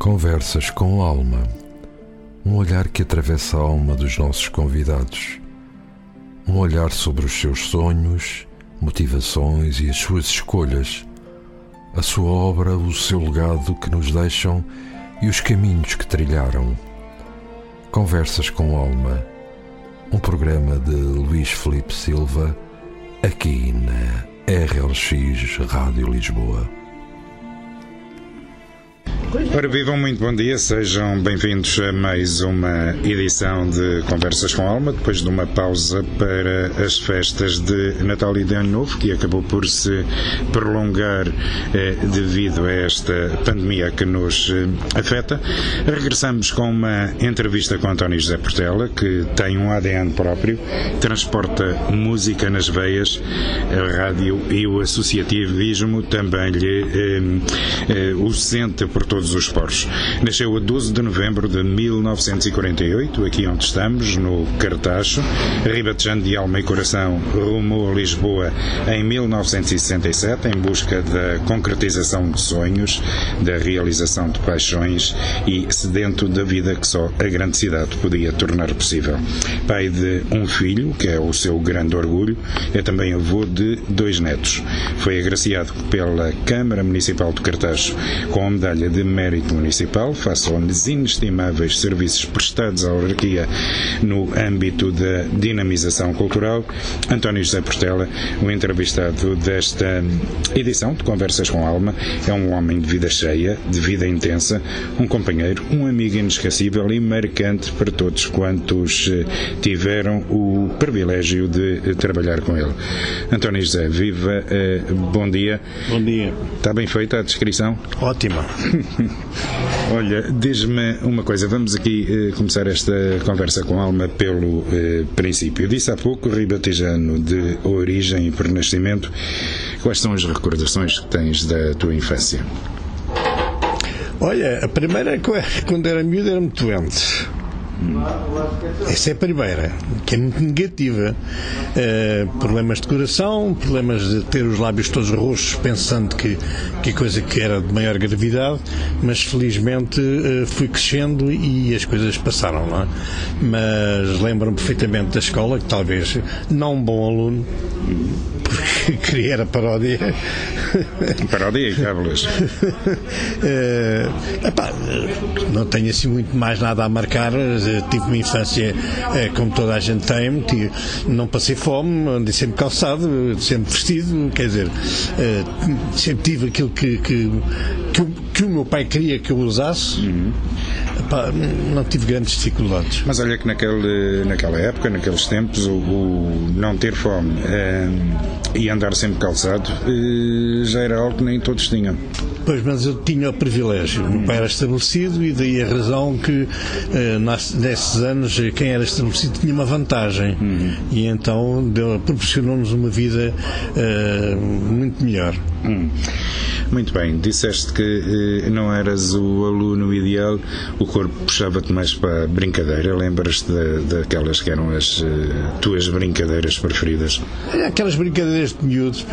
Conversas com alma, um olhar que atravessa a alma dos nossos convidados, um olhar sobre os seus sonhos, motivações e as suas escolhas, a sua obra, o seu legado que nos deixam e os caminhos que trilharam. Conversas com alma, um programa de Luís Filipe Silva, aqui na RLX Rádio Lisboa. Ora, vivam, muito bom dia, sejam bem-vindos a mais uma edição de Conversas com Alma, depois de uma pausa para as festas de Natal e de Ano Novo, que acabou por se prolongar devido a esta pandemia que nos afeta. Regressamos com uma entrevista com António José Portela, que tem um ADN próprio, transporta música nas veias, a rádio e o associativismo também lhe o sente por todos os poros. Nasceu a 12 de novembro de 1948, aqui onde estamos, no Cartacho, ribatejando de alma e coração, rumo a Lisboa em 1967, em busca da concretização de sonhos, da realização de paixões e sedento da vida que só a grande cidade podia tornar possível. Pai de um filho, que é o seu grande orgulho, é também avô de 2 netos. Foi agraciado pela Câmara Municipal de Cartacho com a medalha de Mérito Municipal, face aos inestimáveis serviços prestados à autarquia no âmbito da dinamização cultural. António José Portela, o entrevistado desta edição de Conversas com Alma, é um homem de vida cheia, de vida intensa, um companheiro, um amigo inesquecível e marcante para todos quantos tiveram o privilégio de trabalhar com ele. António José, viva, bom dia. Bom dia. Está bem feita a descrição? Ótima. Olha, diz-me uma coisa, vamos aqui começar esta conversa com alma pelo princípio. Disse há pouco, ribatejano de origem e por nascimento, quais são as recordações que tens da tua infância? Olha, a primeira é que quando era miúdo era muito doente. Essa é a primeira, que é muito negativa. Problemas de coração, problemas de ter os lábios todos roxos, pensando que a coisa que era de maior gravidade, mas felizmente fui crescendo e as coisas passaram, não é? Mas lembro-me perfeitamente da escola, que talvez não um bom aluno, porque queria a paródia. Paródia e cábulas. Não tenho assim muito mais nada a marcar. Tive uma infância como toda a gente tem, não passei fome, andei sempre calçado, sempre vestido, quer dizer, sempre tive aquilo que o meu pai queria que eu usasse. Não tive grandes dificuldades. Mas olha que naquela época, naqueles tempos, o não ter fome e andar sempre calçado já era algo que nem todos tinham. Pois, mas eu tinha o privilégio. O meu pai era estabelecido e daí a razão que nesses anos quem era estabelecido tinha uma vantagem e então proporcionou-nos uma vida muito melhor. Muito bem, disseste que não eras o aluno ideal, o corpo puxava-te mais para a brincadeira. Lembras-te daquelas que eram as tuas brincadeiras preferidas? Aquelas brincadeiras de miúdos,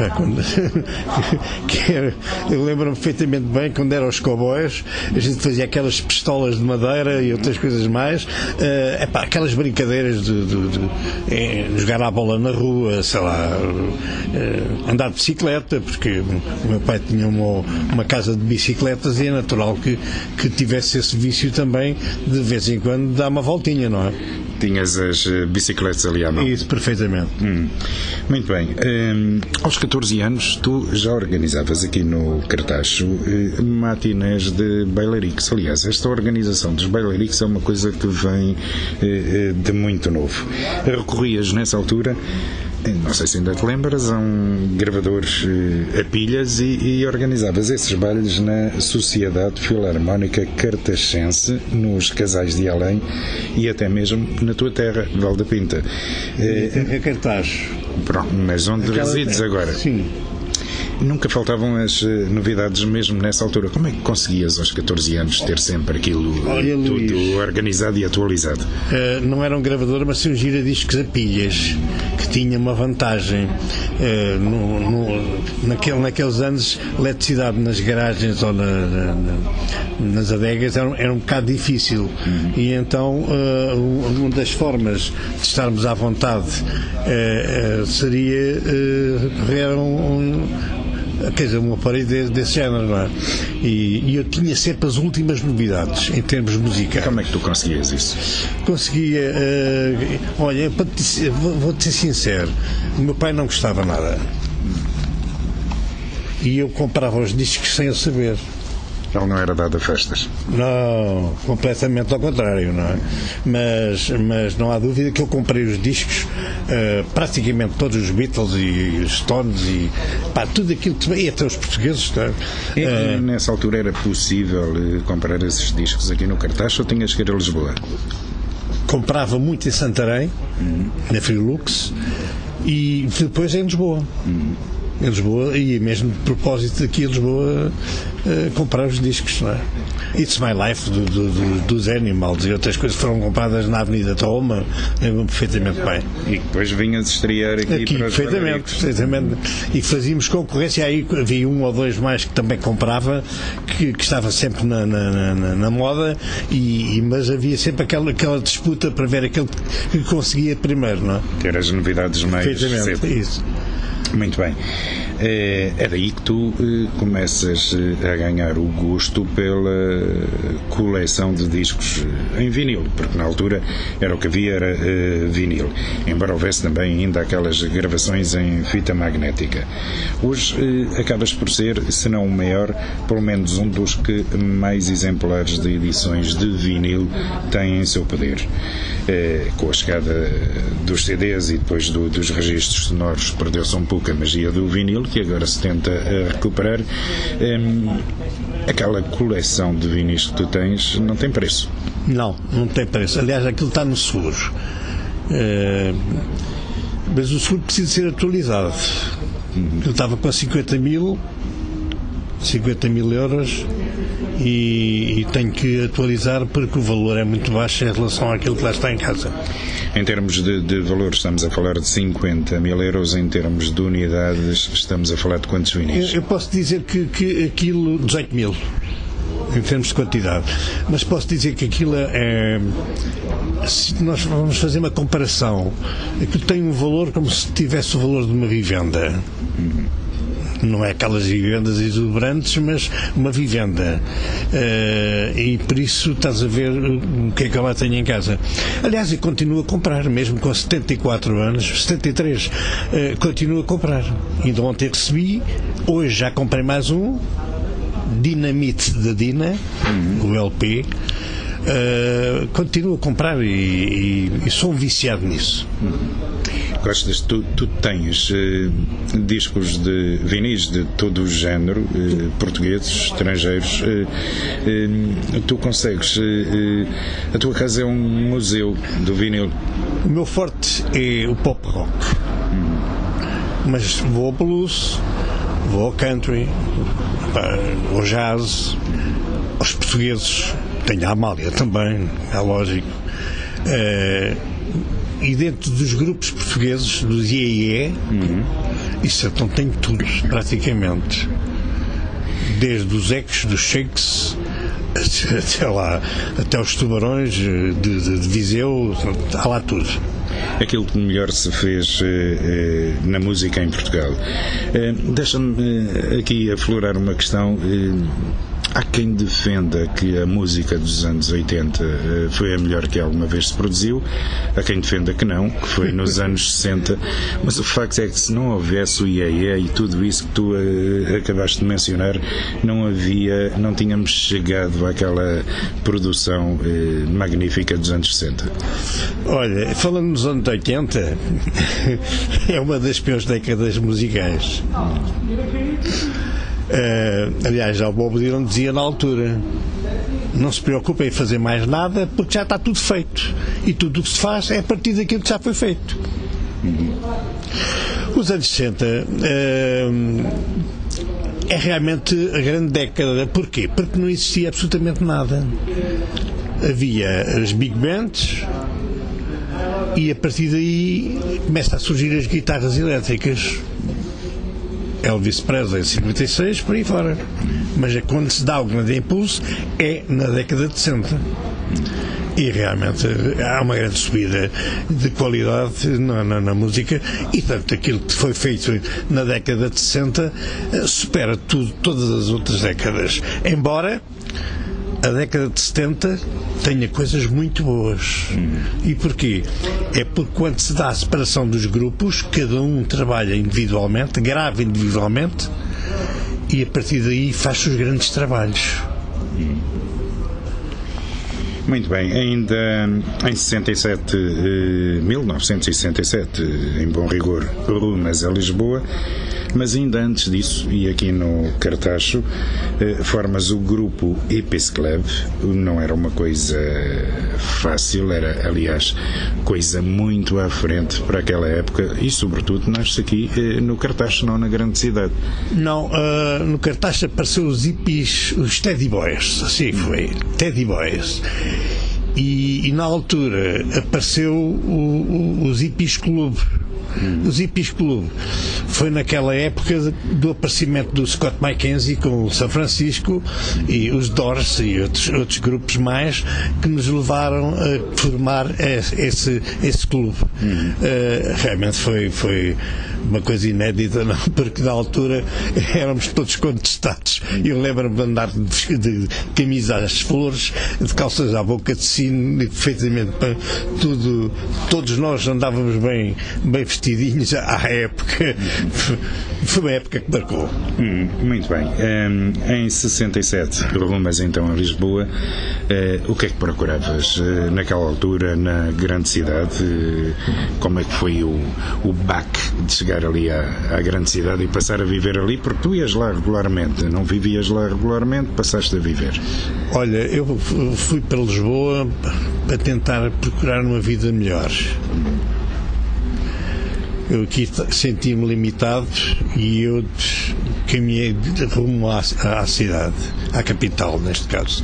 eu lembro-me perfeitamente bem quando eram os cowboys, a gente fazia aquelas pistolas de madeira e outras coisas mais, aquelas brincadeiras de jogar a bola na rua, sei lá, andar de bicicleta, porque o meu pai tinha uma casa de bicicletas e é natural que tivesse esse vício também de vez em quando dar uma voltinha, não é? Tinhas as bicicletas ali à mão. Isso, perfeitamente. Muito bem. Aos 14 anos, tu já organizavas aqui no Cartacho matinés de bailariques. Aliás, esta organização dos bailariques é uma coisa que vem de muito novo. Recorrias nessa altura, não sei se ainda te lembras, a um gravador a pilhas e organizavas esses bailes na Sociedade Filarmónica Cartaxense, nos Casais de Além e até mesmo na tua terra, Val da Pinta. É Cartacho. Pronto, mas onde resides agora? Sim. Nunca faltavam as novidades mesmo nessa altura. Como é que conseguias aos 14 anos ter sempre aquilo tudo organizado e atualizado? Não era um gravador, mas sim um giradiscos a pilhas, que tinha uma vantagem. Naqueles anos, eletricidade nas garagens ou nas adegas era um bocado difícil. E então uma das formas de estarmos à vontade seria recorrer a um aparelho desse género, não é? E eu tinha sempre as últimas novidades em termos musicais. Como é que tu conseguias isso? Conseguia, olha, vou-te ser sincero, o meu pai não gostava nada. E eu comprava os discos sem eu saber. Ele não era dado a festas? Não, completamente ao contrário, não é? Mas não há dúvida que eu comprei os discos, praticamente todos os Beatles e os Stones e tudo aquilo que... E até os portugueses, não é? Nessa altura era possível comprar esses discos aqui no Cartaz ou tinhas que ir a Lisboa? Comprava muito em Santarém, na Freelux, e depois em Lisboa. Em Lisboa, e mesmo de propósito aqui em Lisboa, comprar os discos, não é? It's My Life dos Animals e outras coisas foram compradas na Avenida Toma, lembro-me perfeitamente bem. E depois vinhas estrear aqui para perfeitamente. E fazíamos concorrência, aí havia um ou dois mais que também comprava, que estava sempre na moda, mas havia sempre aquela disputa para ver aquele que conseguia primeiro, não é? Ter as novidades mais cedo. Isso. Muito bem. É daí que tu começas a ganhar o gosto pela coleção de discos em vinil, porque na altura era o que havia, era vinil, embora houvesse também ainda aquelas gravações em fita magnética. Hoje acabas por ser, se não o maior, pelo menos um dos que mais exemplares de edições de vinil têm em seu poder. Com a chegada dos CDs e depois dos registros sonoros, perdeu-se um pouco a magia do vinil, que agora se tenta recuperar. Aquela coleção de vinis que tu tens não tem preço. Não tem preço. Aliás, aquilo está no seguro. Mas o seguro precisa ser atualizado. Ele estava com 50 mil euros e tenho que atualizar porque o valor é muito baixo em relação àquilo que lá está em casa. Em termos de valor, estamos a falar de 50 mil euros. Em termos de unidades, estamos a falar de quantos vinis? Eu posso dizer que aquilo, 18 mil, em termos de quantidade. Mas posso dizer que aquilo se nós vamos fazer uma comparação, aquilo tem um valor como se tivesse o valor de uma vivenda. Não é aquelas vivendas exuberantes, mas uma vivenda. E por isso estás a ver o que é que eu lá tenho em casa. Aliás, eu continuo a comprar, mesmo com 74 anos, 73, continuo a comprar. Ainda ontem recebi, hoje já comprei mais um, Dinamite da Dina, o LP. Continuo a comprar e sou viciado nisso. Gostas, tu tens discos de vinis de todo o género, portugueses, estrangeiros. Tu consegues, a tua casa é um museu do vinil. O meu forte é o pop rock, mas vou ao blues, vou ao country, ao jazz, aos portugueses. Tenho a Amália também, é lógico. E dentro dos grupos portugueses, dos IEE, isso então tenho tudo, praticamente. Desde os Ecos, dos Shakes, até os Tubarões de Viseu, há lá tudo. Aquilo que melhor se fez na música em Portugal. Deixa-me aqui aflorar uma questão. Há quem defenda que a música dos anos 80 foi a melhor que alguma vez se produziu, há quem defenda que não, que foi nos anos 60, mas o facto é que se não houvesse o IEE e tudo isso que tu acabaste de mencionar, não tínhamos chegado àquela produção magnífica dos anos 60. Olha, falando nos anos 80, é uma das piores décadas musicais. Aliás, já o Bob Dylan dizia na altura: não se preocupem em fazer mais nada porque já está tudo feito e tudo o que se faz é a partir daquilo que já foi feito. Os anos 60 é realmente a grande década. Porquê? Porque não existia absolutamente nada. Havia as big bands e a partir daí começa a surgir as guitarras elétricas. Elvis Presley em 56, por aí fora. Mas é quando se dá o grande impulso é na década de 60. E realmente há uma grande subida de qualidade na música, e tanto aquilo que foi feito na década de 60 supera todas as outras décadas. Embora a década de 70 tenha coisas muito boas. E porquê? É porque quando se dá a separação dos grupos, cada um trabalha individualmente, grava individualmente, e a partir daí faz os grandes trabalhos. Muito bem, ainda em 1967, em bom rigor, rumas a Lisboa, mas ainda antes disso, e aqui no Cartacho, formas o grupo Epis Club. Não era uma coisa fácil, era, aliás, coisa muito à frente para aquela época, e sobretudo nasce aqui no Cartacho, não na grande cidade. Não, no Cartacho apareceu os hippies, os Teddy Boys, assim foi, Teddy Boys. E na altura apareceu os Hippies Club. Os Hippies Club foi naquela época do aparecimento do Scott McKenzie com o São Francisco e os Doors e outros grupos mais que nos levaram a formar esse clube. Realmente foi uma coisa inédita, não? Porque na altura éramos todos contestados. Eu lembro-me de andar de camisa às flores, de calças à boca de sino, perfeitamente tudo. Todos nós andávamos bem vestidinhos à época. Foi uma época que marcou. Muito bem. Em 67, rumas então a Lisboa. O que é que procuravas naquela altura na grande cidade? Como é que foi o baque de chegar ali à grande cidade e passar a viver ali? Porque tu ias lá regularmente, não vivias lá regularmente, passaste a viver. Olha, eu fui para Lisboa para tentar procurar uma vida melhor. Eu aqui senti-me limitado e eu caminhei rumo à cidade, à capital, neste caso.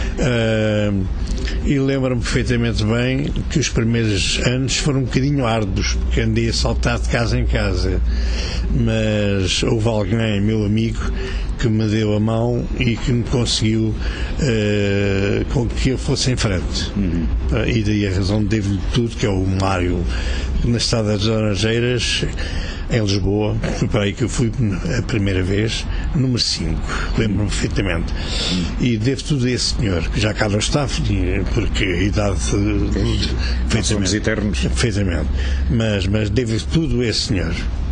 E lembro-me perfeitamente bem que os primeiros anos foram um bocadinho árduos, porque andei a saltar de casa em casa, mas houve alguém, meu amigo, que me deu a mão e que me conseguiu com que eu fosse em frente. E daí a razão devo-lhe tudo, que é o Mário, na Estrada das Laranjeiras, em Lisboa. Foi para aí que eu fui a primeira vez, número 5, lembro-me perfeitamente. E devo tudo a esse senhor, que já cá não está, porque a idade somos eternos. Perfeitamente. Mas devo tudo a esse senhor.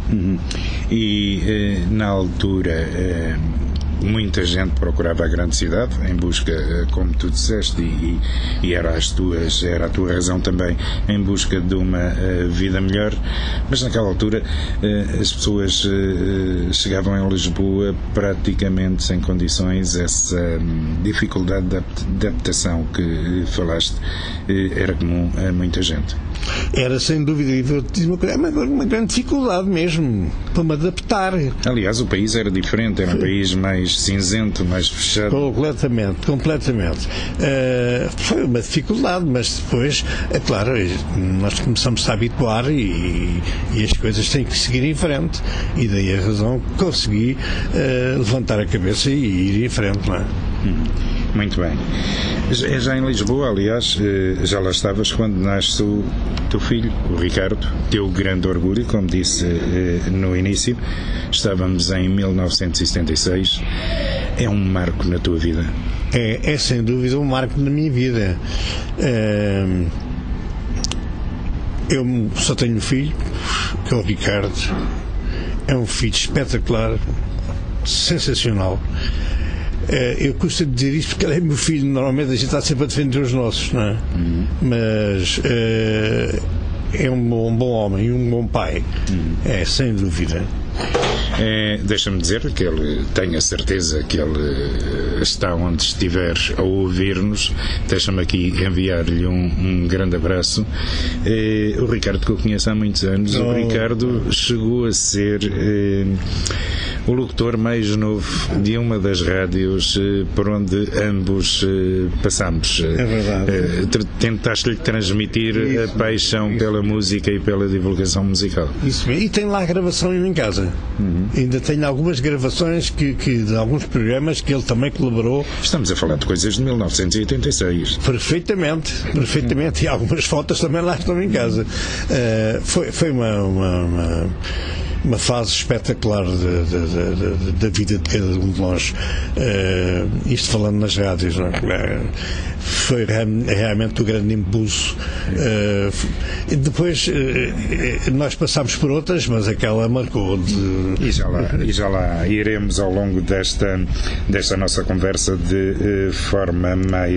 E na altura muita gente procurava a grande cidade em busca, como tu disseste, e era a tua razão também, em busca de uma vida melhor. Mas naquela altura as pessoas chegavam em Lisboa praticamente sem condições. Essa dificuldade de adaptação que falaste era comum a muita gente. Era sem dúvida, e vou te dizer uma coisa, uma grande dificuldade mesmo para me adaptar. Aliás, o país era diferente, era um país mais cinzento, mais fechado. Completamente. Foi uma dificuldade, mas depois, é claro, nós começamos a habituar e as coisas têm que seguir em frente. E daí a razão que consegui levantar a cabeça e ir em frente, não é? Muito bem. Já em Lisboa, aliás, já lá estavas quando nasce o teu filho, o Ricardo, teu grande orgulho, como disse no início. Estávamos em 1976. É um marco na tua vida? É sem dúvida um marco na minha vida. Eu só tenho um filho, que é o Ricardo. É um filho espetacular, sensacional. Eu custa dizer isto porque ele é meu filho. Normalmente a gente está sempre a defender os nossos, não é? Mas é um bom homem e um bom pai. É, sem dúvida. Deixa-me dizer que ele tenho a certeza que ele está onde estiver a ouvir-nos. Deixa-me aqui enviar-lhe um grande abraço. O Ricardo, que eu conheço há muitos anos, o Ricardo chegou a ser o locutor mais novo de uma das rádios por onde ambos passamos. É verdade. Tentaste-lhe transmitir a paixão pela música e pela divulgação musical. Isso mesmo. E tem lá a gravação em casa. Ainda tenho algumas gravações de alguns programas que ele também colaborou. Estamos a falar de coisas de 1986. Perfeitamente. E algumas fotos também lá estão em casa. Foi uma fase espetacular da vida de cada um de nós. Isto falando nas rádios, não é? Foi realmente o grande impulso. Depois nós passámos por outras, mas aquela marcou. E já lá iremos ao longo desta nossa conversa de forma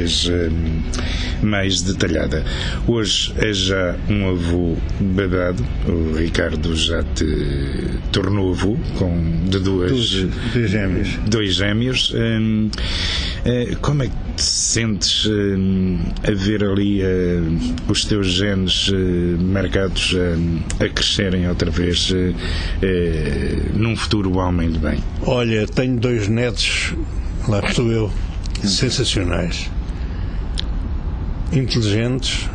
mais detalhada. Hoje é já um avô babado. O Ricardo já te tornou avô de dois gêmeos. Como é que te sentes a ver ali os teus genes marcados a crescerem outra vez num futuro homem de bem? Olha, tenho 2 netos, lá estou eu, sensacionais, inteligentes,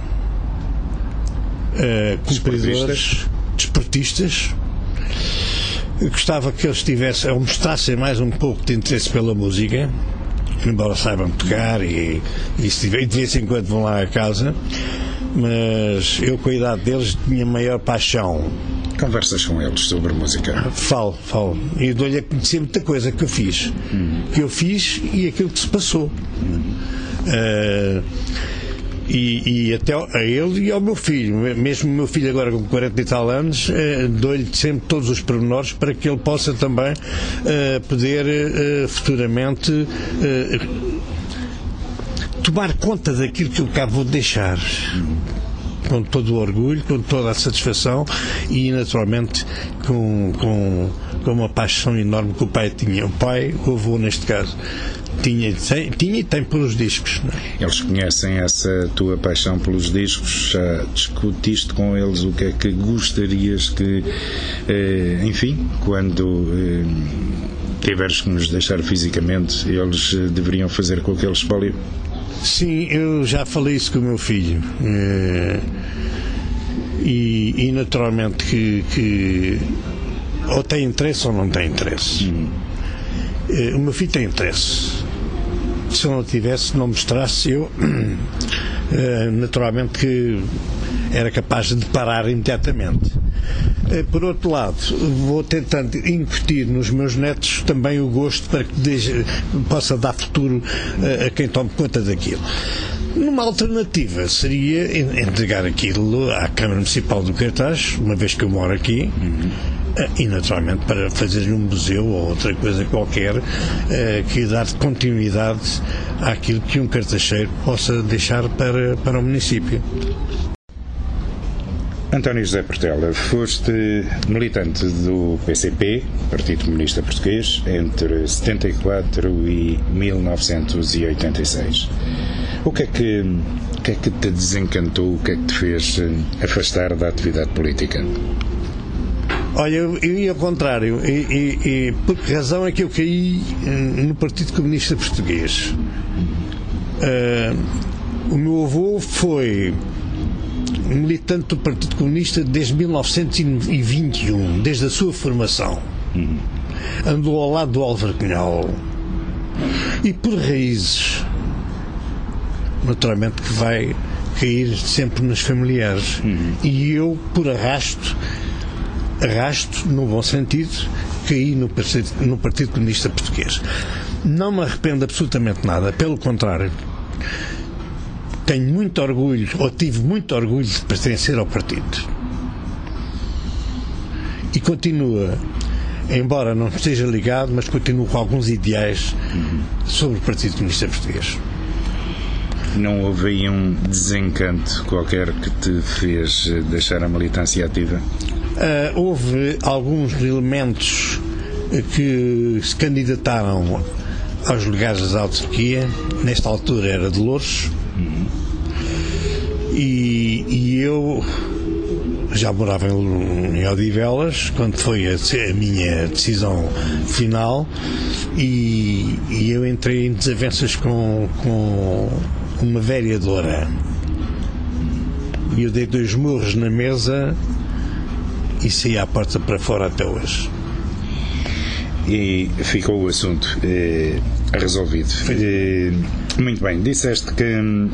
cumpridores, desportistas. Eu gostava que eles mostrassem mais um pouco de interesse pela música, embora saibam tocar e de vez em quando vão lá a casa, mas eu, com a idade deles, tinha maior paixão. Conversas com eles sobre música? Falo. E dou-lhe a conhecer muita coisa que eu fiz. Que eu fiz e aquilo que se passou. E até a ele e ao meu filho, mesmo o meu filho agora com 40 e tal anos, dou-lhe sempre todos os pormenores para que ele possa também poder futuramente tomar conta daquilo que eu cá vou deixar, com todo o orgulho, com toda a satisfação e naturalmente com uma paixão enorme que o pai tinha, o avô neste caso. Tinha e tem pelos discos. Não é? Eles conhecem essa tua paixão pelos discos? Já discutiste com eles o que é que gostarias que, enfim, quando tiveres que nos deixar fisicamente, eles deveriam fazer com aquele espólio? Sim, eu já falei isso com o meu filho. E naturalmente que ou tem interesse ou não tem interesse. O meu filho tem interesse. Se eu não tivesse, não mostrasse, eu naturalmente que era capaz de parar imediatamente. Por outro lado, vou tentando incutir nos meus netos também o gosto para que possa dar futuro a quem tome conta daquilo. Uma alternativa seria entregar aquilo à Câmara Municipal do Cartaz, uma vez que eu moro aqui, e naturalmente para fazer um museu ou outra coisa qualquer que dá continuidade àquilo que um cartacheiro possa deixar para o município. António José Portela, foste militante do PCP, Partido Comunista Português, entre 74 e 1986. O que é que te desencantou, o que é que te fez afastar da atividade política? Olha, eu ia ao contrário, e por que razão é que eu caí no Partido Comunista Português? O meu avô foi militante do Partido Comunista desde 1921, desde a sua formação. Andou ao lado do Álvaro Cunhal. E por raízes, naturalmente que vai cair sempre nos familiares. E eu, por arrasto, no bom sentido, caí no Partido Comunista Português. Não me arrependo absolutamente nada, pelo contrário. Tenho muito orgulho, ou tive muito orgulho de pertencer ao partido. E continua, embora não esteja ligado, mas continuo com alguns ideais sobre o Partido Comunista Português. Não houve aí um desencanto qualquer que te fez deixar a militância ativa? Houve alguns elementos que se candidataram aos lugares da autarquia. Nesta altura era de Louros. E eu já morava em Odivelas quando foi a minha decisão final, e eu entrei em desavenças com uma vereadora, e eu dei 2 murros na mesa e saí à porta para fora até hoje. E ficou o assunto resolvido. Muito bem, disseste que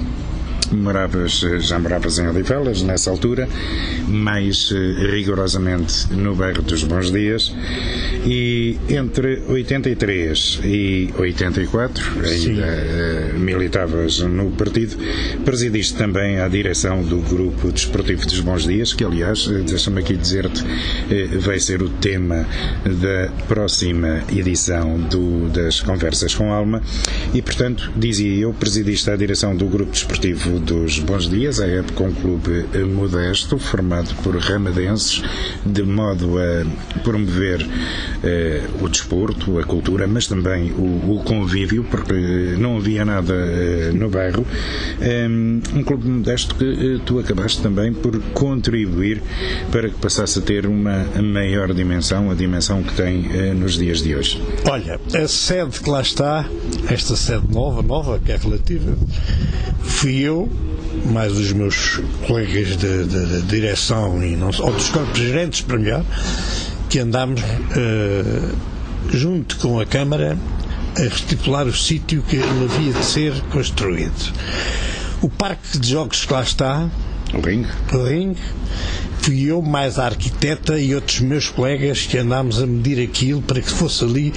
já moravas em Odivelas nessa altura, mais rigorosamente no bairro dos Bons Dias, e entre 83 e 84 ainda militavas no partido, presidiste também a direção do Grupo Desportivo dos Bons Dias, que aliás, deixa-me aqui dizer-te, vai ser o tema da próxima edição das Conversas com Alma, e portanto, dizia eu, presidiste a direção do Grupo Desportivo dos Bons Dias, à época um clube modesto, formado por ramadenses, de modo a promover o desporto, a cultura, mas também o convívio, porque não havia nada no bairro. Um clube modesto que tu acabaste também por contribuir para que passasse a ter uma maior dimensão, a dimensão que tem nos dias de hoje. Olha, a sede que lá está, esta sede nova, que é relativa, fui eu, mais os meus colegas de direção e não, ou dos corpos gerentes, para melhor, que andámos junto com a Câmara a estipular o sítio que ele havia de ser construído. O parque de jogos que lá está, o ringue, fui eu mais a arquiteta e outros meus colegas que andámos a medir aquilo para que fosse ali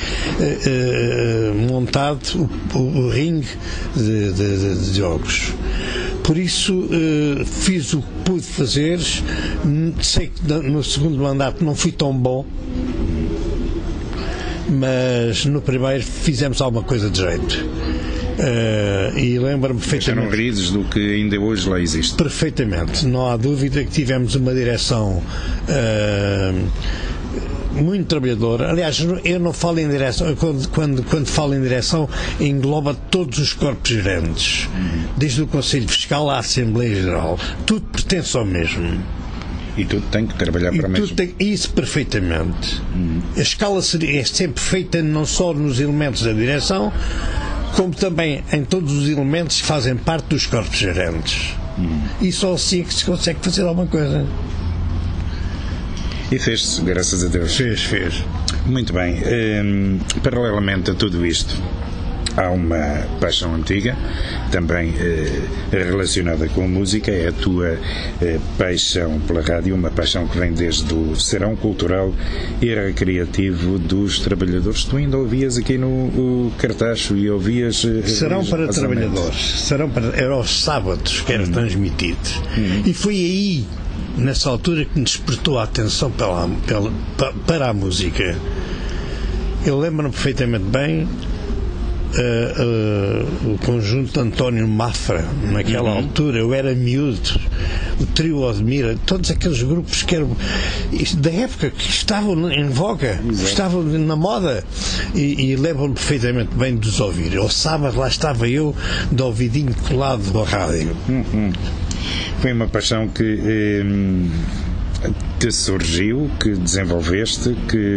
montado o ringue de jogos. Por isso fiz o que pude fazer. Sei que no segundo mandato não fui tão bom, mas no primeiro fizemos alguma coisa de jeito. E lembro-me perfeitamente. Eram risos do que ainda hoje lá existe. Perfeitamente, não há dúvida que tivemos uma direção muito trabalhadora. Aliás, eu não falo em direção, quando falo em direção, engloba todos os corpos gerentes, desde o Conselho Fiscal à Assembleia Geral, tudo pertence ao mesmo. E tudo tem que trabalhar para o mesmo. Isso perfeitamente. A escala é sempre feita não só nos elementos da direção, como também em todos os elementos que fazem parte dos corpos gerentes. E só assim é que se consegue fazer alguma coisa. E fez-se, graças a Deus. Fez. Muito bem. Paralelamente a tudo isto, há uma paixão antiga, também relacionada com a música, é a tua paixão pela rádio, uma paixão que vem desde o Serão Cultural e Recreativo dos Trabalhadores. Tu ainda ouvias aqui no Cartacho e ouvias... Serão para trabalhadores, era aos sábados que era transmitido. E foi aí, nessa altura, que me despertou a atenção para a música. Eu lembro-me perfeitamente bem o conjunto de António Mafra, naquela altura, eu era miúdo, o trio Odmira, todos aqueles grupos que eram da época, que estavam em voga, que estavam na moda, e lembro-me perfeitamente bem de os ouvir. Ao sábado lá estava eu, de ouvidinho colado ao rádio. Foi uma paixão que surgiu, que desenvolveste, que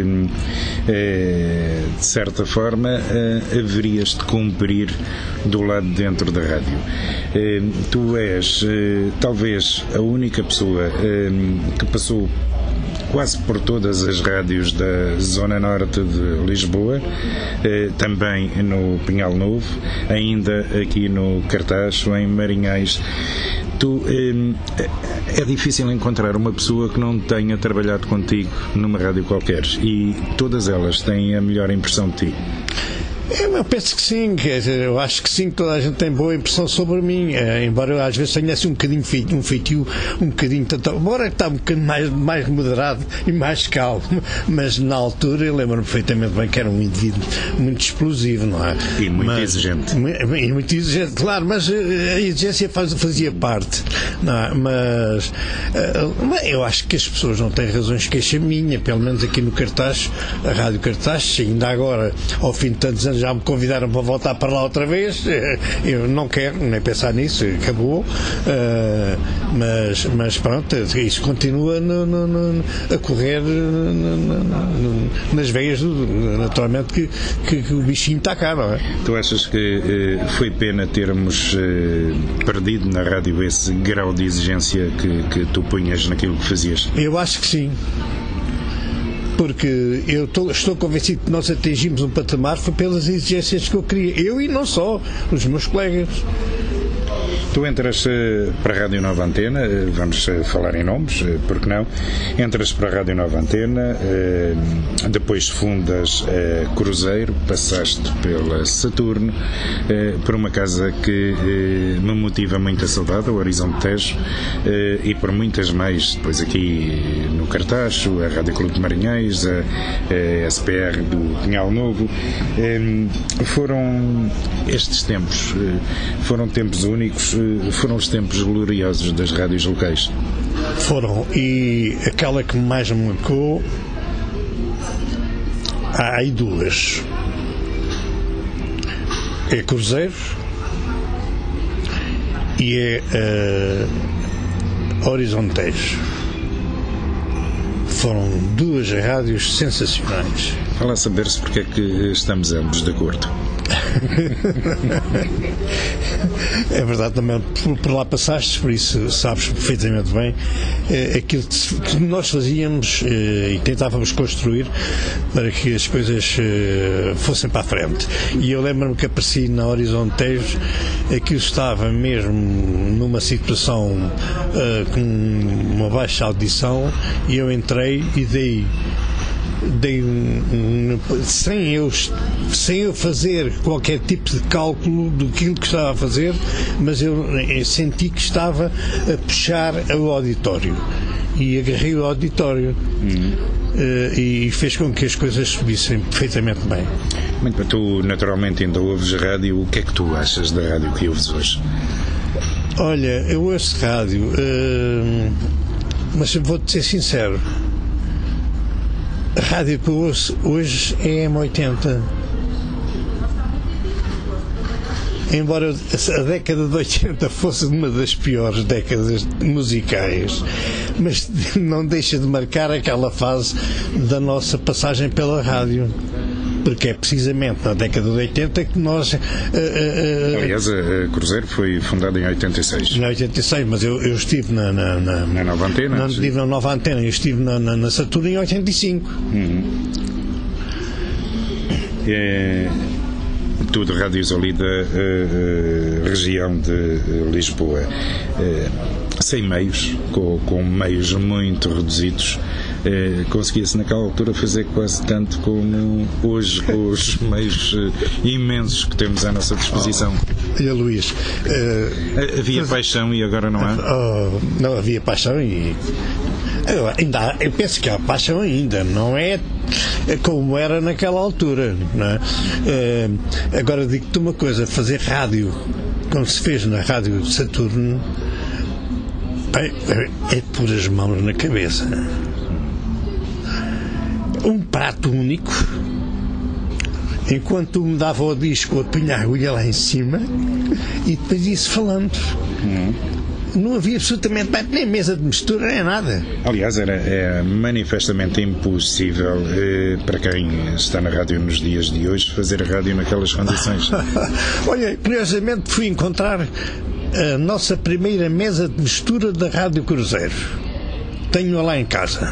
de certa forma haverias de cumprir do lado de dentro da rádio. Tu és talvez a única pessoa que passou quase por todas as rádios da Zona Norte de Lisboa, também no Pinhal Novo, ainda aqui no Cartacho, em Marinhais. É difícil encontrar uma pessoa que não tenha trabalhado contigo numa rádio qualquer, e todas elas têm a melhor impressão de ti. Eu penso que sim, quer dizer, eu acho que sim, toda a gente tem boa impressão sobre mim, embora eu às vezes tenha assim um feitio um bocadinho, embora está um bocadinho mais moderado e mais calmo, mas na altura eu lembro-me perfeitamente bem que era um indivíduo muito explosivo, não é? E muito exigente. E muito exigente, claro, mas a exigência fazia parte, não é? Mas eu acho que as pessoas não têm razões de queixa minha, pelo menos aqui no Cartacho, a Rádio Cartacho, ainda agora, ao fim de tantos anos já me convidaram para voltar para lá outra vez. Eu não quero nem pensar nisso, acabou. Mas pronto, isso continua a correr nas veias, naturalmente, que o bichinho está cá, não é? Tu achas que foi pena termos perdido na rádio esse grau de exigência que tu punhas naquilo que fazias? Eu acho que sim. Porque eu estou convencido que nós atingimos um patamar foi pelas exigências que eu queria. Eu e não só, os meus colegas. Tu entras para a Rádio Nova Antena, vamos falar em nomes, porque não? Entras para a Rádio Nova Antena, depois fundas Cruzeiro, passaste pela Saturno, por uma casa que me motiva muita saudade, o Horizonte Tejo, e por muitas mais, depois aqui no Cartacho, a Rádio Clube de Marinhões, a SPR do Pinhal Novo. Foram estes tempos, foram tempos únicos, foram os tempos gloriosos das rádios locais. Foram, e aquela que mais me marcou, há aí duas. É Cruzeiro e é Horizonte Tejo. Foram duas rádios sensacionais. Fala a saber-se porque é que estamos ambos de acordo. É verdade, também por lá passaste, por isso sabes perfeitamente bem aquilo que nós fazíamos e tentávamos construir para que as coisas fossem para a frente. E eu lembro-me que apareci na Horizonte Tejo, aquilo estava mesmo numa situação com uma baixa audição, e eu entrei e dei sem eu fazer qualquer tipo de cálculo do que estava a fazer, mas eu senti que estava a puxar o auditório e agarrei o auditório. E fez com que as coisas subissem perfeitamente bem. Muito bem, tu naturalmente ainda ouves rádio, o que é que tu achas da rádio que ouves hoje? Olha, eu ouço rádio, mas vou-te ser sincero, a rádio que eu ouço hoje é M80. Embora a década de 80 fosse uma das piores décadas musicais, mas não deixa de marcar aquela fase da nossa passagem pela rádio. Porque é precisamente na década de 80 que nós... Aliás, a Cruzeiro foi fundada em 86. Em 86, mas eu estive na Nova Antena? Não estive na Nova Antena, eu estive na Saturno em 85. Tudo rádios ali da região de Lisboa. Sem meios, com meios muito reduzidos. Conseguia-se naquela altura fazer quase tanto como hoje, com os meios imensos que temos à nossa disposição. Olha, Luís, havia paixão e agora não há? Não havia paixão e eu penso que há paixão ainda, não é como era naquela altura, não é? Agora digo-te uma coisa, fazer rádio como se fez na Rádio Saturno é pôr as mãos na cabeça. Um prato único, enquanto me dava o disco, eu punha a agulha lá em cima e depois ia-se falando. Não havia absolutamente nem mesa de mistura, nem nada. Aliás, é manifestamente impossível para quem está na rádio nos dias de hoje fazer rádio naquelas condições. Olha, curiosamente fui encontrar a nossa primeira mesa de mistura da Rádio Cruzeiro. Tenho-a lá em casa.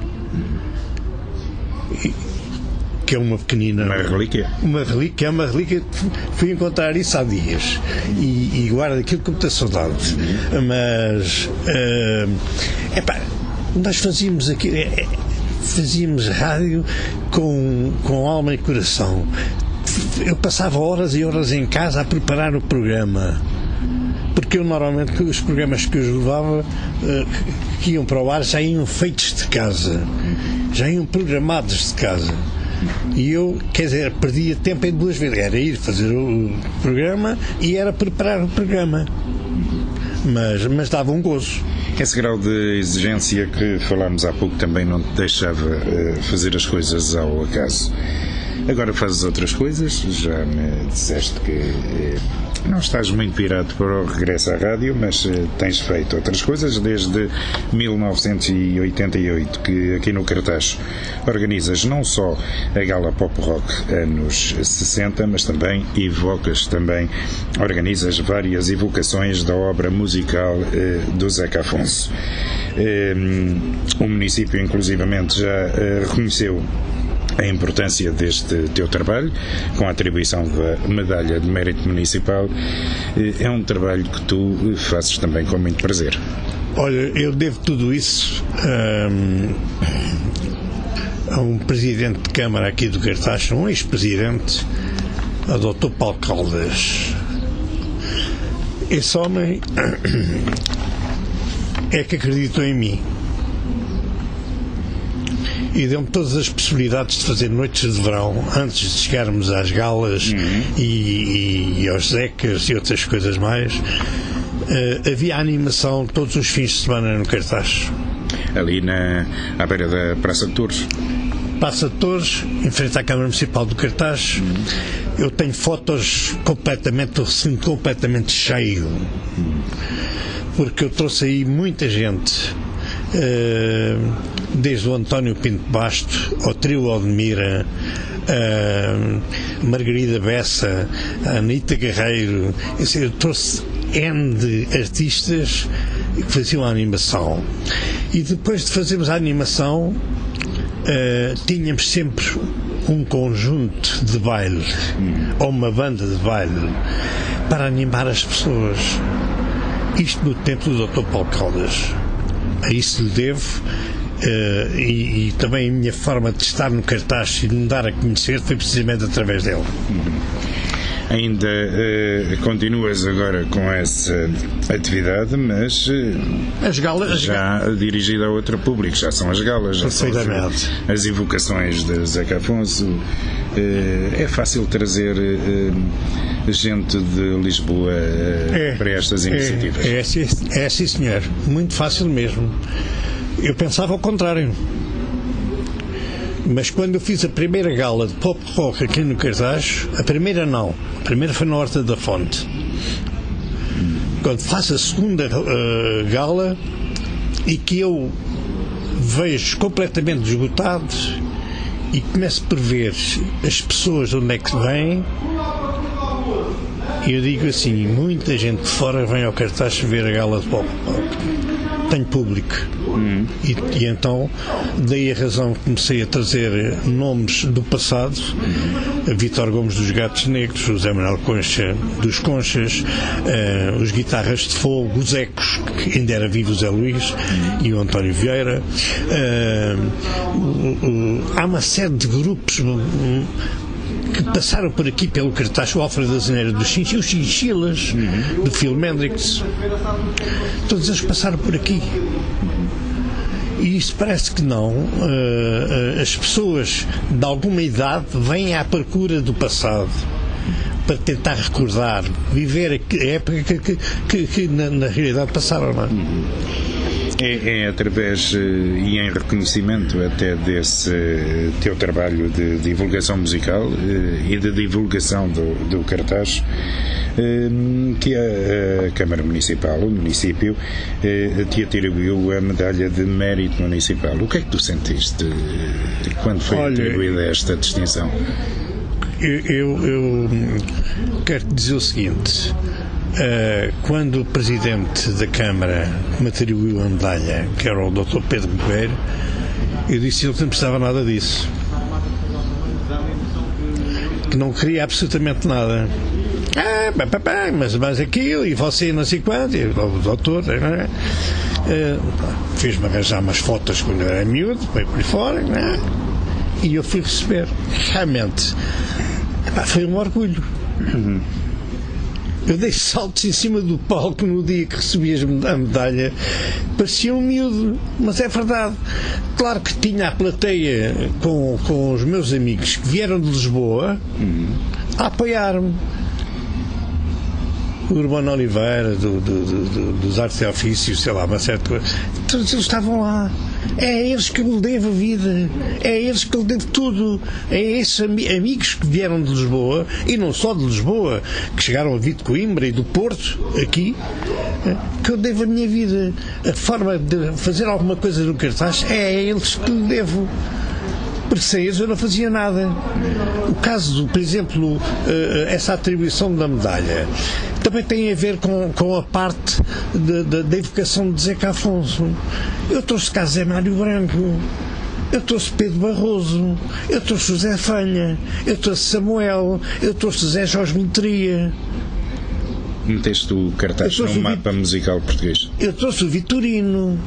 Que é uma pequenina... Uma relíquia? É uma relíquia. Fui encontrar isso há dias. E guardo aquilo com muita saudade. Mas... nós fazíamos rádio com alma e coração. Eu passava horas e horas em casa a preparar o programa. Porque eu normalmente os programas que eu levava que iam para o ar já iam feitos de casa. Já iam programados de casa. E eu, perdia tempo em duas vezes. Era ir fazer o programa e era preparar o programa. Mas dava um gozo. Esse grau de exigência que falámos há pouco também não te deixava fazer as coisas ao acaso. Agora fazes outras coisas, já me disseste que não estás muito virado para o regresso à rádio, mas tens feito outras coisas desde 1988, que aqui no Cartaz organizas não só a Gala Pop Rock anos 60, mas também organizas várias evocações da obra musical do Zeca Afonso. O município, inclusivamente, já reconheceu a importância deste teu trabalho, com a atribuição da Medalha de Mérito Municipal. É um trabalho que tu fazes também com muito prazer. Olha, eu devo tudo isso a um presidente de Câmara aqui do Cartaz, um ex-presidente, o Dr. Paulo Caldas. Esse homem é que acreditou em mim e deu-me todas as possibilidades de fazer noites de verão antes de chegarmos às galas e aos Zecas e outras coisas mais. Havia animação todos os fins de semana no Cartaz. Ali à beira da Praça de Torres. Praça de Torres, em frente à Câmara Municipal do Cartaz. Eu tenho fotos do recinto completamente cheio, porque eu trouxe aí muita gente, desde o António Pinto Basto ao Trio Aldemira, Margarida Bessa, a Anita Guerreiro. Eu trouxe N de artistas que faziam a animação, e depois de fazermos a animação tínhamos sempre um conjunto de baile ou uma banda de baile para animar as pessoas. Isto no tempo do Dr. Paulo Caldas. A isso lhe devo, e também a minha forma de estar no Cartaz e de me dar a conhecer foi precisamente através dele. Ainda continuas agora com essa atividade, mas as galas, já dirigida a outro público, já são as galas, já são as evocações de Zeca Afonso. É fácil trazer gente de Lisboa para estas iniciativas? É sim, senhor, muito fácil mesmo. Eu pensava ao contrário, mas quando eu fiz a primeira gala de pop rock aqui no Cartaz, a primeira foi na Horta da Fonte. Quando faço a segunda gala e que eu vejo completamente esgotado e começo a prever as pessoas de onde é que vêm, eu digo assim, muita gente de fora vem ao Cartaz ver a gala de pop rock. Tenho público. E então daí a razão que comecei a trazer nomes do passado, Vítor Gomes dos Gatos Negros, o Zé Manuel Concha dos Conchas, os Guitarras de Fogo, os Ecos, que ainda era vivo o Zé Luís, e o António Vieira. Há uma série de grupos que passaram por aqui pelo Cartaz, o Alfredo da Zaneira dos Chinchilas, e os Chinchilas do Phil Mendrix, todos eles passaram por aqui. E isso parece que não. As pessoas de alguma idade vêm à procura do passado para tentar recordar, viver a época que na realidade passaram, não é? É através e em reconhecimento até desse teu trabalho de divulgação musical e de divulgação do Cartaz que a Câmara Municipal, o município, te atribuiu a Medalha de Mérito Municipal. O que é que tu sentiste quando foi atribuída esta distinção? Eu quero dizer o seguinte. Quando o Presidente da Câmara me atribuiu a medalha, que era o Dr. Pedro Ribeiro, eu disse-lhe que não precisava nada disso, que não queria absolutamente nada. Mas aquilo, e você não sei quanto, e o doutor fez-me arranjar umas fotos quando eu era miúdo, foi por aí fora, e eu fui receber. Realmente foi um orgulho. Eu dei saltos em cima do palco no dia que recebi a medalha, parecia um miúdo, mas é verdade. Claro que tinha a plateia com os meus amigos que vieram de Lisboa a apoiar-me. O Urbano Oliveira, dos Artes e Ofícios, sei lá, uma certa coisa. Todos eles estavam lá. É a eles que lhe devo a vida, é a eles que lhe devo tudo, é a esses amigos que vieram de Lisboa, e não só de Lisboa, que chegaram a vir de Coimbra e do Porto, aqui, que eu devo a minha vida. A forma de fazer alguma coisa no cartaz é a eles que lhe devo. Porque sem eles eu não fazia nada. O caso, por exemplo, essa atribuição da medalha também tem a ver com a parte da evocação de Zeca Afonso. Eu trouxe cá Zé Mário Branco, eu trouxe Pedro Barroso, eu trouxe José Fanha, eu trouxe Samuel, eu trouxe Zé Jorge Metria. Meteste o cartaz no mapa musical português. Eu trouxe o Vitorino.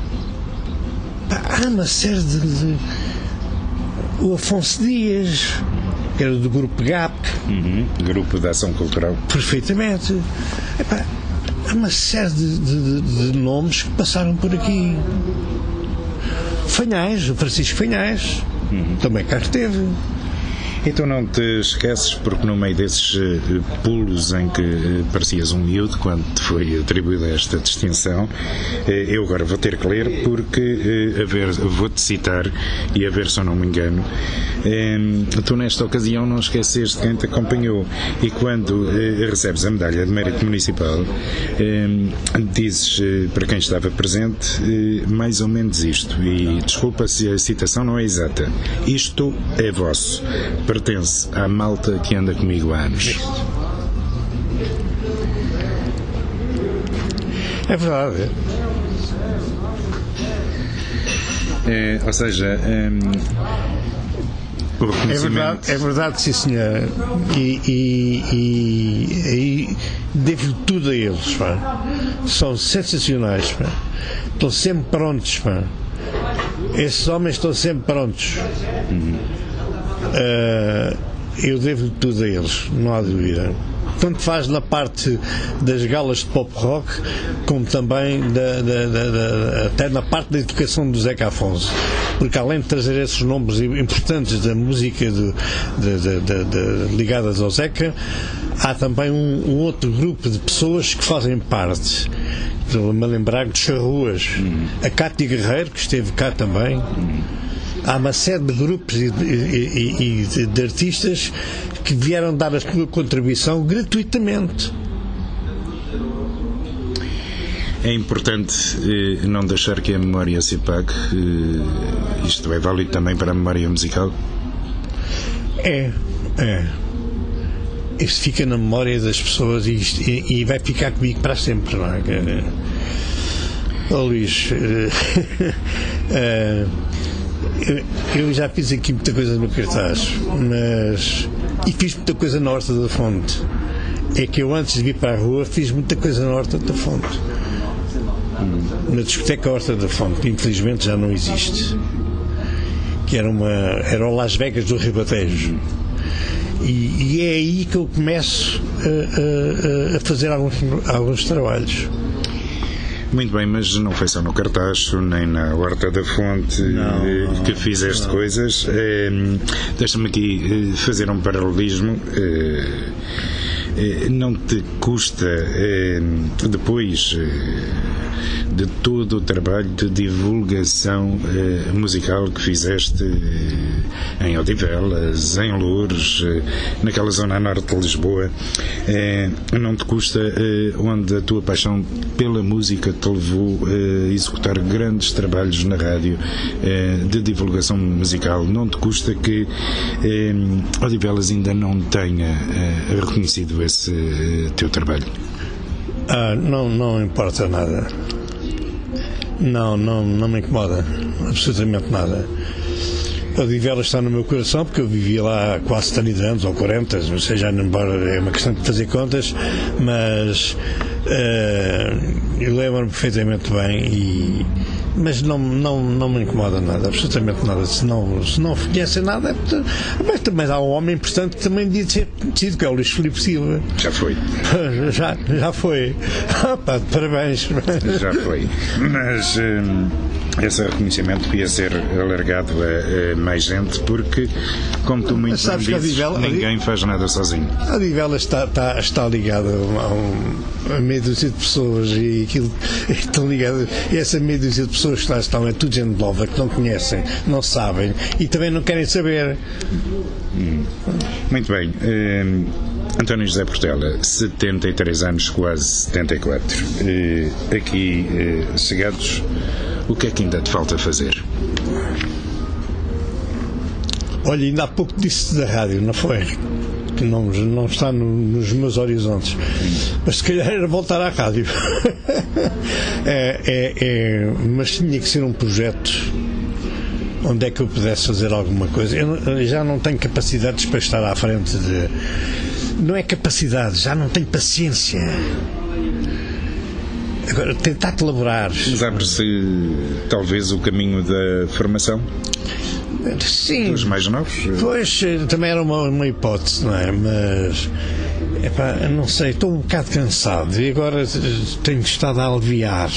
Há uma série de o Afonso Dias, que era do grupo GAP. Grupo de Ação Cultural. Perfeitamente. Há uma série de nomes que passaram por aqui. Fanhais, o Francisco Fanhais, também cá esteve. Então não te esqueces, porque no meio desses pulos em que parecias um miúdo quando te foi atribuída esta distinção, eu agora vou ter que ler, porque vou-te citar e a ver se eu não me engano. Tu nesta ocasião não esqueceste quem te acompanhou, e quando recebes a medalha de mérito municipal, dizes para quem estava presente mais ou menos isto, e desculpa se a citação não é exata: isto é vosso, pertence à malta que anda comigo há anos. É verdade. Ou seja, o reconhecimento... É verdade, sim, senhor. E devo tudo a eles, pá. São sensacionais, pá. Estão sempre prontos, pá. Esses homens estão sempre prontos. Eu devo tudo a eles, não há dúvida. Tanto faz na parte das galas de pop rock, como também até na parte da educação do Zeca Afonso. Porque além de trazer esses nomes importantes da música ligadas ao Zeca, há também um outro grupo de pessoas que fazem parte. Estou-me a lembrar de Charruas, a Cátia Guerreiro, que esteve cá também. Há uma série de grupos e de artistas que vieram dar a sua contribuição gratuitamente. É importante não deixar que a memória se apague. Isto é válido também para a memória musical? É. Isto fica na memória das pessoas e vai ficar comigo para sempre, não é? Luís, eu já fiz aqui muita coisa no cartaz, e fiz muita coisa na Horta da Fonte. É que eu, antes de vir para a rua, fiz muita coisa na Horta da Fonte, na discoteca Horta da Fonte, que infelizmente já não existe, que era o Las Vegas do Ribatejo. E é aí que eu começo a fazer alguns trabalhos. Muito bem, mas não foi só no Cartacho, nem na Horta da Fonte que fizeste coisas. Deixa-me aqui fazer um paralelismo. Não te custa, depois de todo o trabalho de divulgação musical que fizeste em Odivelas, em Loures, naquela zona a norte de Lisboa, não te custa, onde a tua paixão pela música te levou a executar grandes trabalhos na rádio de divulgação musical, não te custa que Odivelas ainda não tenha reconhecido esse teu trabalho? Não importa nada. Não me incomoda absolutamente nada. Odivelas está no meu coração, porque eu vivia lá há quase 30 anos ou 40, não sei, já embora é uma questão de fazer contas, mas eu lembro-me perfeitamente bem, mas não me incomoda nada, absolutamente nada. Se não conhecem nada, mas também há um homem importante que também devia ser conhecido, que é o Luís Filipe Silva. Já foi. Já foi. Parabéns. Já foi. Mas esse reconhecimento devia ser alargado a mais gente, porque, como tu muito bem dizes, ninguém faz nada sozinho. A Odivelas está ligada a meia dúzia de pessoas, e aquilo estão ligadas, e essa meia dúzia de pessoas pessoas que lá estão é tudo gente nova, que não conhecem, não sabem e também não querem saber. Muito bem. António José Portela, 73 anos, quase 74. Aqui chegados, o que é que ainda te falta fazer? Olha, ainda há pouco disse da rádio, não foi? Que não está nos meus horizontes. Mas se calhar era voltar à rádio. Mas tinha que ser um projeto onde é que eu pudesse fazer alguma coisa. Eu já não tenho capacidades para estar à frente de... Não é capacidade, já não tenho paciência. Agora, tentar colaborar. Mas abre-se talvez o caminho da formação? Sim. Os mais novos? Pois, também era uma hipótese, não é? Mas, não sei, estou um bocado cansado e agora tenho estado a aliviar,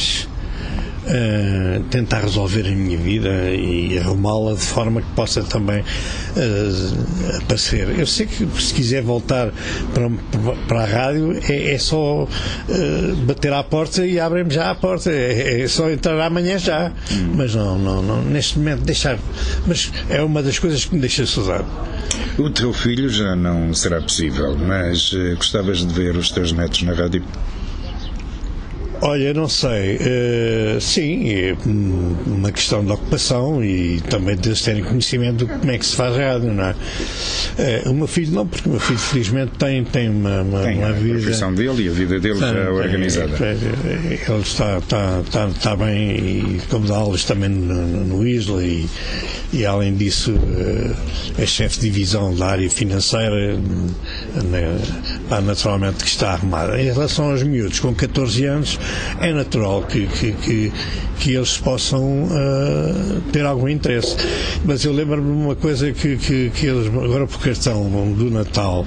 tentar resolver a minha vida e arrumá-la de forma que possa também aparecer. Eu sei que se quiser voltar para a rádio é só bater à porta e abrem-me já a porta, é só entrar amanhã já, mas não, neste momento deixar, mas é uma das coisas que me deixa saudade. O teu filho já não será possível, mas gostavas de ver os teus netos na rádio? Olha, não sei, sim, é uma questão de ocupação e também de eles terem conhecimento de como é que se faz rádio, não é? O meu filho não, porque o meu filho felizmente tem uma vida... a profissão dele e a vida dele já organizada. Ele está bem e como dá aulas também no ISLA e além disso é chefe de divisão da área financeira, naturalmente que está arrumada. Em relação aos miúdos com 14 anos, é natural que eles possam ter algum interesse. Mas eu lembro-me de uma coisa que eles, agora por cartão do Natal,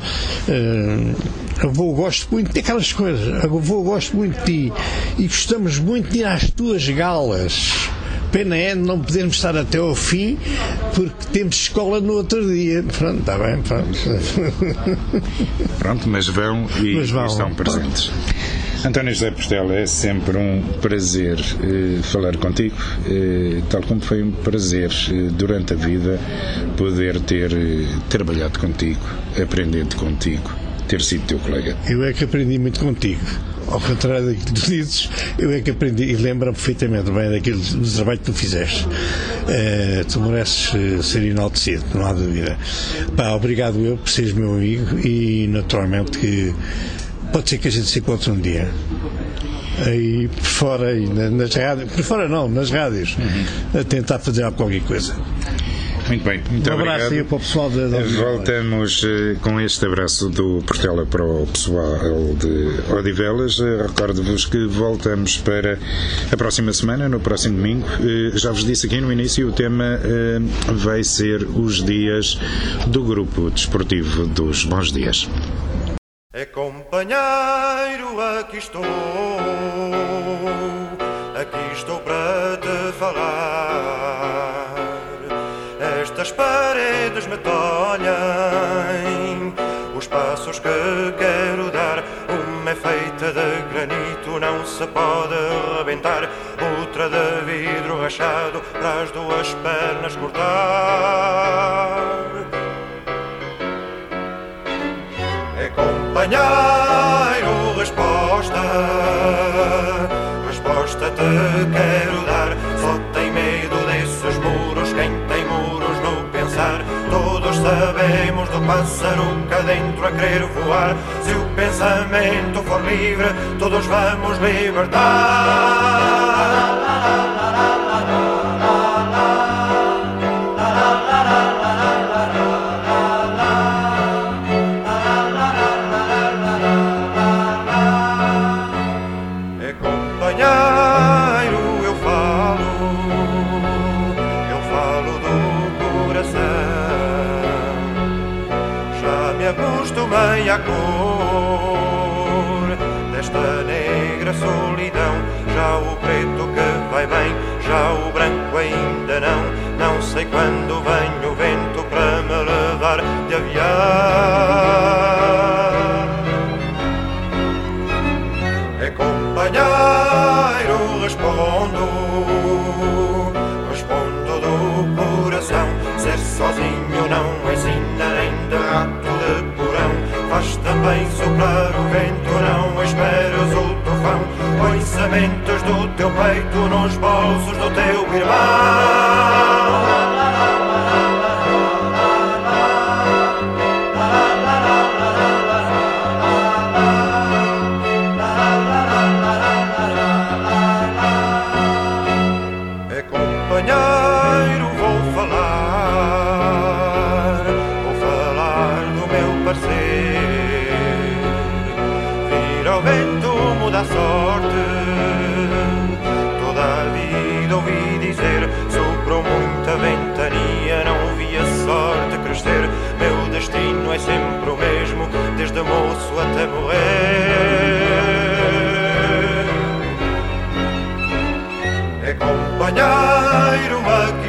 avô, gosto muito daquelas coisas, avô, gosto muito de ti e gostamos muito de ir às tuas galas. Pena é não podermos estar até ao fim porque temos escola no outro dia. Pronto, está bem, pronto. Pronto, mas vão e estão presentes. António José Portela, é sempre um prazer falar contigo, tal como foi um prazer durante a vida poder ter trabalhado contigo, aprendido contigo, ter sido teu colega. Eu é que aprendi muito contigo. Ao contrário daquilo que tu dizes, eu é que aprendi e lembro-me perfeitamente bem do trabalho que tu fizeste. Tu mereces ser enaltecido, não há dúvida. Obrigado eu por seres meu amigo e naturalmente que pode ser que a gente se encontre um dia aí por fora, aí, nas rádios, por fora não, nas rádios, a tentar fazer qualquer coisa. Muito bem, muito obrigado. Um abraço aí para o pessoal da Voltamos com este abraço do Portela para o pessoal de Odivelas. Recordo-vos que voltamos para a próxima semana, no próximo domingo. Já vos disse aqui no início, o tema vai ser os dias do Grupo Desportivo dos Bons Dias. É companheiro, aqui estou para te falar. Estas paredes me tolhem, os passos que quero dar. Uma é feita de granito, não se pode rebentar. Outra de vidro rachado, para as duas pernas cortar. É companheiro, resposta te quero dar. Só tem medo desses muros quem tem muros no pensar. Todos sabemos do pássaro cá dentro a querer voar. Se o pensamento for livre, todos vamos libertar. Acostumei à cor desta negra solidão. Já o preto que vai bem, já o branco ainda não. Não sei quando vem o vento para me levar de aviar. É companheiro, respondo. vem soprar o vento, não esperas o tufão. Põe sementes do teu peito nos bolsos do teu irmão. Companheiro, vou falar do meu parecer. Vira o vento, muda a sorte. Toda a vida ouvi dizer, soprou muita ventania, não vi a sorte crescer. Meu destino é sempre o mesmo, desde moço até morrer. Companheiro, aqui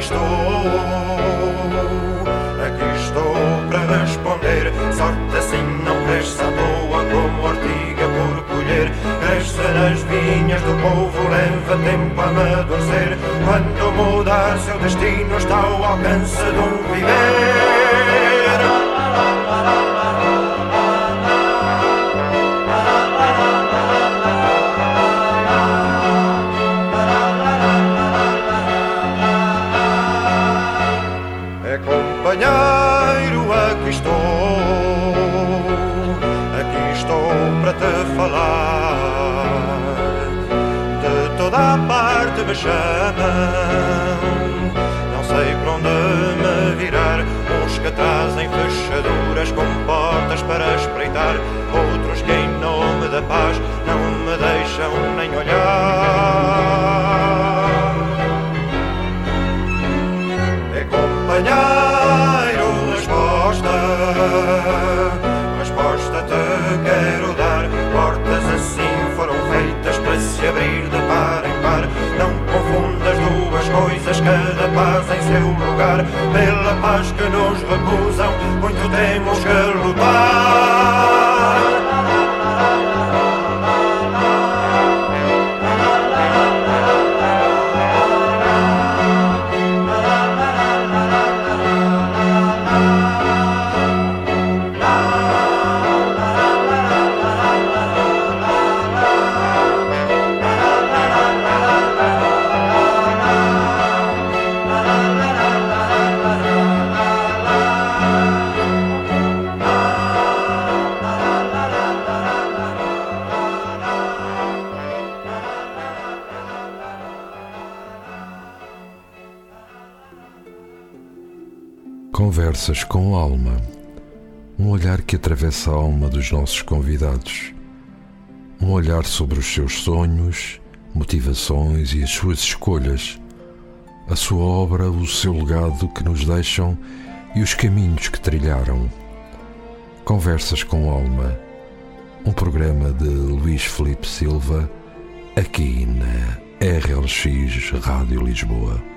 estou para responder. Sorte assim não cresce à toa como ortiga por colher. Cresce nas vinhas do povo, leva tempo a amadurecer. Quando mudar seu destino está ao alcance de um viver. Companheiro, aqui estou para te falar. De toda a parte me chamam, não sei por onde me virar. Uns que trazem fechaduras com portas para espreitar, outros que em nome da paz não me deixam nem olhar. Companheiro, resposta te quero dar. Portas assim foram feitas para se abrir de par em par. Não confundas duas coisas, cada paz em seu lugar. Pela paz que nos recusam, muito temos que lutar. Conversas com alma, um olhar que atravessa a alma dos nossos convidados, um olhar sobre os seus sonhos, motivações e as suas escolhas, a sua obra, o seu legado que nos deixam e os caminhos que trilharam. Conversas com alma, um programa de Luís Filipe Silva, aqui na RLX Rádio Lisboa.